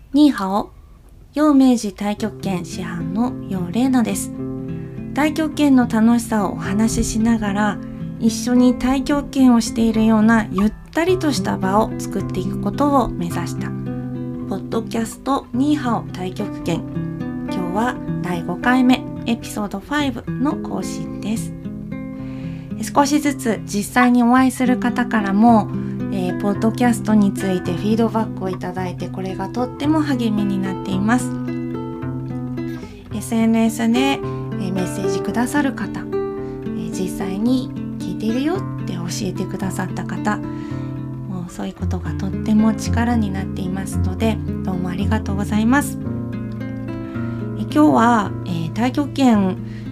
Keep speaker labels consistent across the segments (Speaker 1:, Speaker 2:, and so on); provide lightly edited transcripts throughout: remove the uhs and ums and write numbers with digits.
Speaker 1: ニーハオ、陽明寺太極拳師範の陽玲奈です。太極拳の楽しさをお話ししながら、一緒に太極拳をしているようなゆったりとした場を作っていくことを目指したポッドキャストニーハオ太極拳。今日は第5回目エピソード5の更新です。少しずつ実際にお会いする方からもポッドキャストについてフィードバックをいただいて、これがとっても励みになっています。SNS でメッセージくださる方、実際に聞いているよって教えてくださった方、もうそういうことがとっても力になっていますので、どうもありがとうございます。今日は、太極拳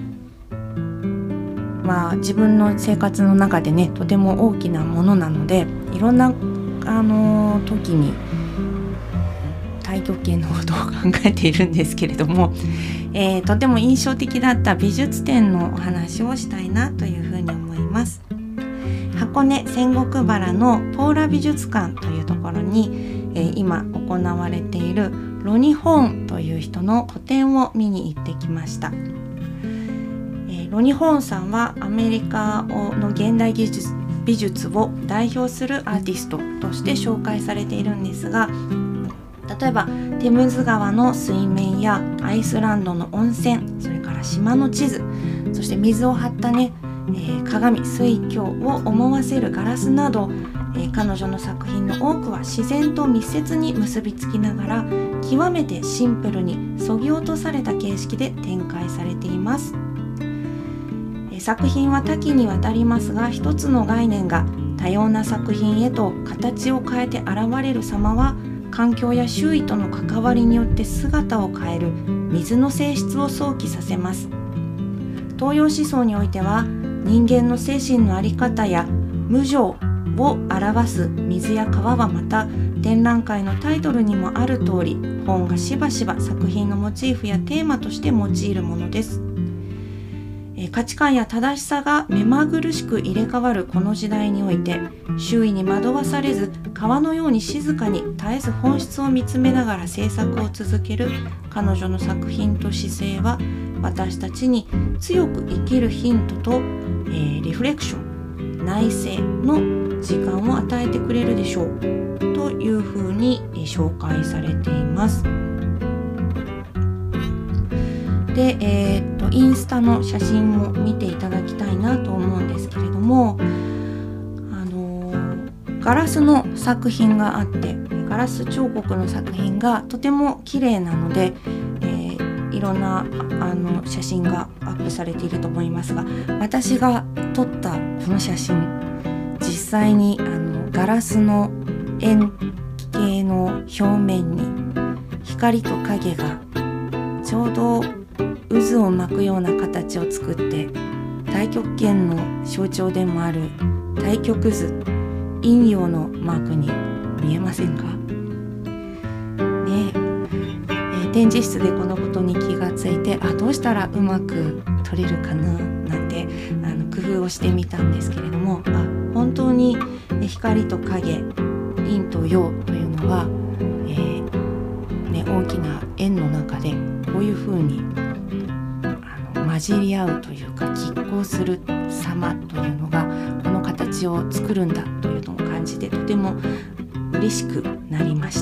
Speaker 1: 自分の生活の中でね、とても大きなものなので、いろんな時に太極拳のことを考えているんですけれども、とても印象的だった美術展のお話をしたいなというふうに思います。箱根仙石原のポーラ美術館というところに、今行われているロニ・ホーンという人の個展を見に行ってきました。ロニ・ホーンさんはアメリカの現代美術を代表するアーティストとして紹介されているんですが、例えばテムズ川の水面やアイスランドの温泉、それから島の地図、そして水を張ったね、鏡、水鏡を思わせるガラスなど、彼女の作品の多くは自然と密接に結びつきながら、極めてシンプルに削ぎ落とされた形式で展開されています。作品は多岐にわたりますが、一つの概念が多様な作品へと形を変えて現れる様は、環境や周囲との関わりによって姿を変える水の性質を想起させます。東洋思想においては、人間の精神の在り方や無常を表す水や川はまた、展覧会のタイトルにもある通り、本がしばしば作品のモチーフやテーマとして用いるものです。価値観や正しさが目まぐるしく入れ替わるこの時代において、周囲に惑わされず川のように静かに絶えず本質を見つめながら制作を続ける彼女の作品と姿勢は、私たちに強く生きるヒントと、リフレクション、内省の時間を与えてくれるでしょうというふうに紹介されています。で、インスタの写真も見ていただきたいなと思うんですけれども、ガラスの作品があって、ガラス彫刻の作品がとても綺麗なので、いろんな写真がアップされていると思いますが、私が撮ったこの写真、実際にガラスの円形の表面に光と影がちょうど渦を巻くような形を作って、太極拳の象徴でもある太極図、陰陽のマークに見えませんかね。展示室でこのことに気がついて、どうしたらうまく撮れるかななんて工夫をしてみたんですけれども、本当に光と影、陰と陽というのは、大きな円の中でこういうふうに混じり合うというか、拮抗する様というのがこの形を作るんだというのを感じて、とても嬉しくなりました。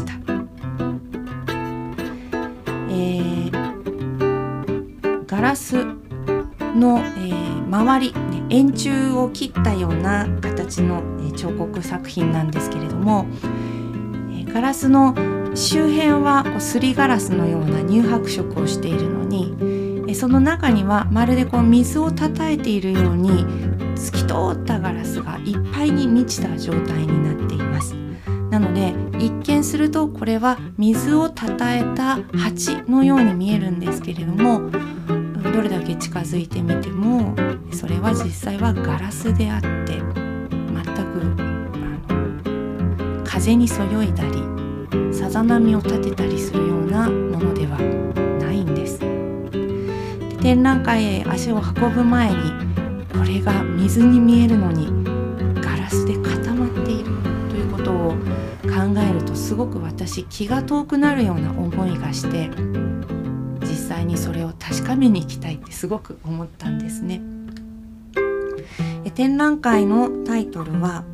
Speaker 1: ガラスの、周り、円柱を切ったような形の、彫刻作品なんですけれども、ガラスの周辺はすりガラスのような乳白色をしているのに、その中にはまるで水をたたえているように透き通ったガラスがいっぱいに満ちた状態になっています。なので一見するとこれは水をたたえた鉢のように見えるんですけれども、どれだけ近づいてみてもそれは実際はガラスであって、全く風にそよいだりさざ波を立てたりするようなものではないんです。展覧会へ足を運ぶ前に、これが水に見えるのにガラスで固まっているということを考えるとすごく私気が遠くなるような思いがして、実際にそれを確かめに行きたいってすごく思ったんですね。展覧会のタイトルは、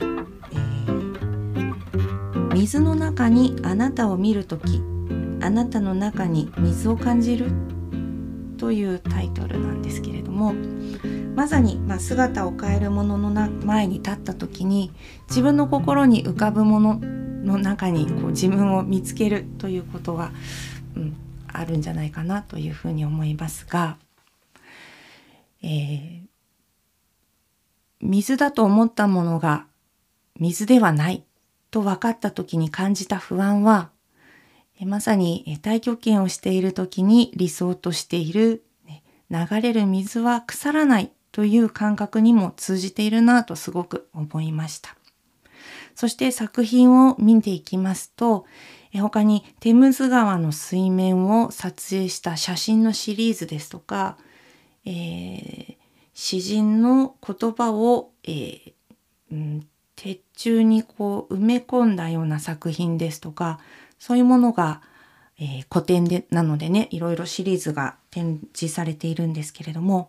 Speaker 1: 水の中にあなたを見るとき、あなたの中に水を感じるというタイトルなんですけれども、まさに、姿を変えるものの前に立った時に、自分の心に浮かぶものの中に自分を見つけるということが、あるんじゃないかなというふうに思いますが、水だと思ったものが水ではないと分かった時に感じた不安は、まさに太極拳をしている時に理想としている流れる水は腐らないという感覚にも通じているなとすごく思いました。そして作品を見ていきますと、他にテムズ川の水面を撮影した写真のシリーズですとか、詩人の言葉を、鉄柱に埋め込んだような作品ですとか、そういうものが、古典でなのでね、いろいろシリーズが展示されているんですけれども、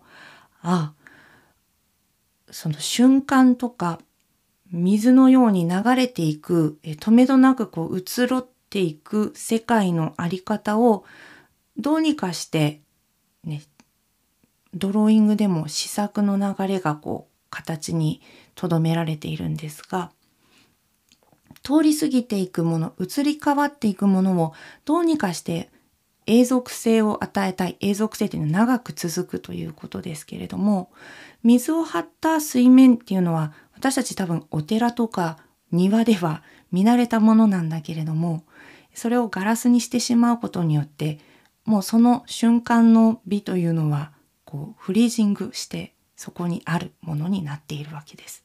Speaker 1: その瞬間とか水のように流れていく、止めどなく移ろっていく世界のあり方をどうにかしてね、ドローイングでも試作の流れが形に留められているんですが、通り過ぎていくもの、移り変わっていくものをどうにかして永続性を与えたい。永続性というのは長く続くということですけれども、水を張った水面っていうのは私たち多分お寺とか庭では見慣れたものなんだけれども、それをガラスにしてしまうことによって、もうその瞬間の美というのはフリージングしてそこにあるものになっているわけです。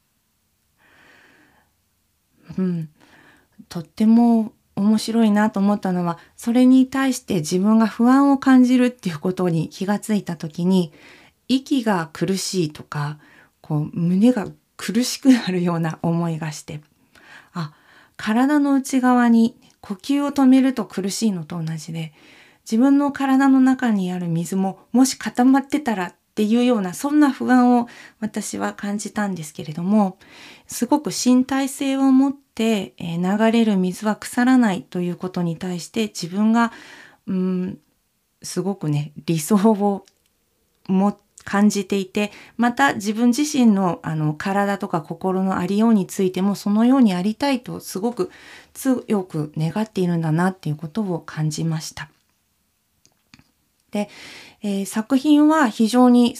Speaker 1: とっても面白いなと思ったのは、それに対して自分が不安を感じるっていうことに気がついたときに、息が苦しいとか、胸が苦しくなるような思いがして、体の内側に呼吸を止めると苦しいのと同じで、自分の体の中にある水ももし固まってたらっていうような、そんな不安を私は感じたんですけれども、すごく身体性を持って流れる水は腐らないということに対して自分がすごくね、理想を感じていて、また自分自身の体とか心のありようについてもそのようにありたいとすごく強く願っているんだなっていうことを感じました。で、作品は非常に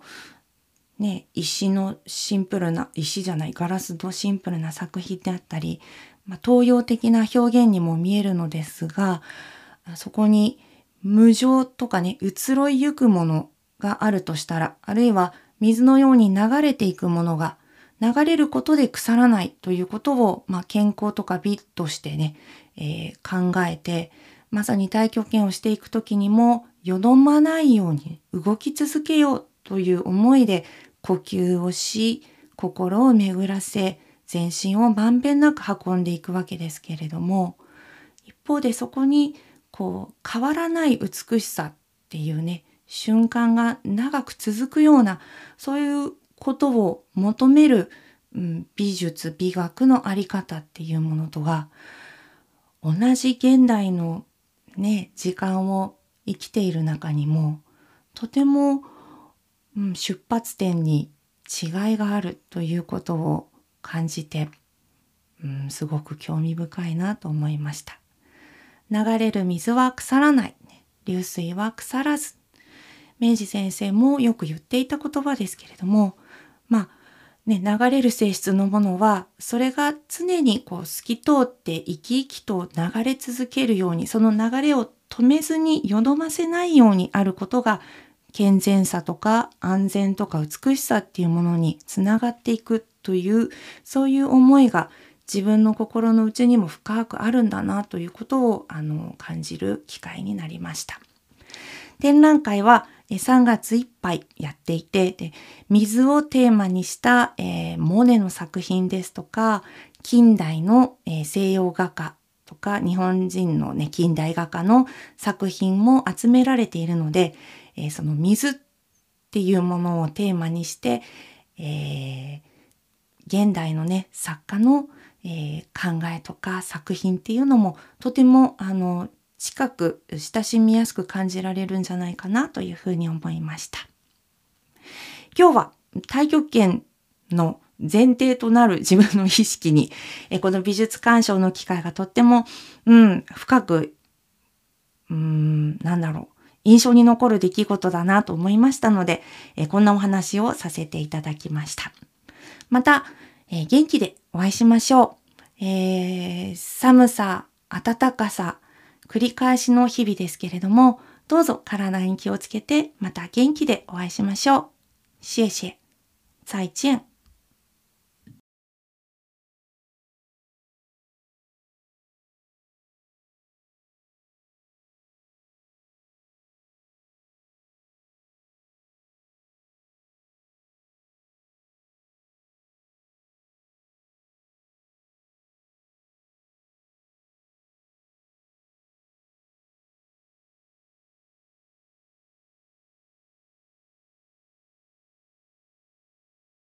Speaker 1: 石のシンプルな、ガラスのシンプルな作品であったり、東洋的な表現にも見えるのですが、そこに無常とかね、移ろいゆくものがあるとしたら、あるいは水のように流れていくものが流れることで腐らないということを、健康とか美としてね、考えて、まさに太極拳をしていくときにもよどまないように動き続けようという思いで呼吸をし、心を巡らせ、全身をまんべんなく運んでいくわけですけれども、一方でそこに変わらない美しさっていうね、瞬間が長く続くような、そういうことを求める、美術、美学のあり方っていうものとは、同じ現代のね、時間を生きている中にも、とても、出発点に違いがあるということを感じて、すごく興味深いなと思いました。流れる水は腐らない。流水は腐らず。明治先生もよく言っていた言葉ですけれども、流れる性質のものは、それが常に透き通って生き生きと流れ続けるように、その流れを止めずによどませないようにあることが、健全さとか安全とか美しさっていうものにつながっていくという、そういう思いが自分の心の内にも深くあるんだなということを感じる機会になりました。展覧会は3月いっぱいやっていて、水をテーマにした、モネの作品ですとか、 近代の、西洋画家とか日本人のね、近代画家の作品も集められているので、その水っていうものをテーマにして、現代のね、作家の、考えとか作品っていうのもとても近く親しみやすく感じられるんじゃないかなというふうに思いました。今日は太極拳の前提となる自分の意識に、この美術鑑賞の機会がとっても、深く、印象に残る出来事だなと思いましたので、こんなお話をさせていただきました。また、元気でお会いしましょう。寒さ、暖かさ、繰り返しの日々ですけれども、どうぞ体に気をつけて、また元気でお会いしましょう。谢谢。再见。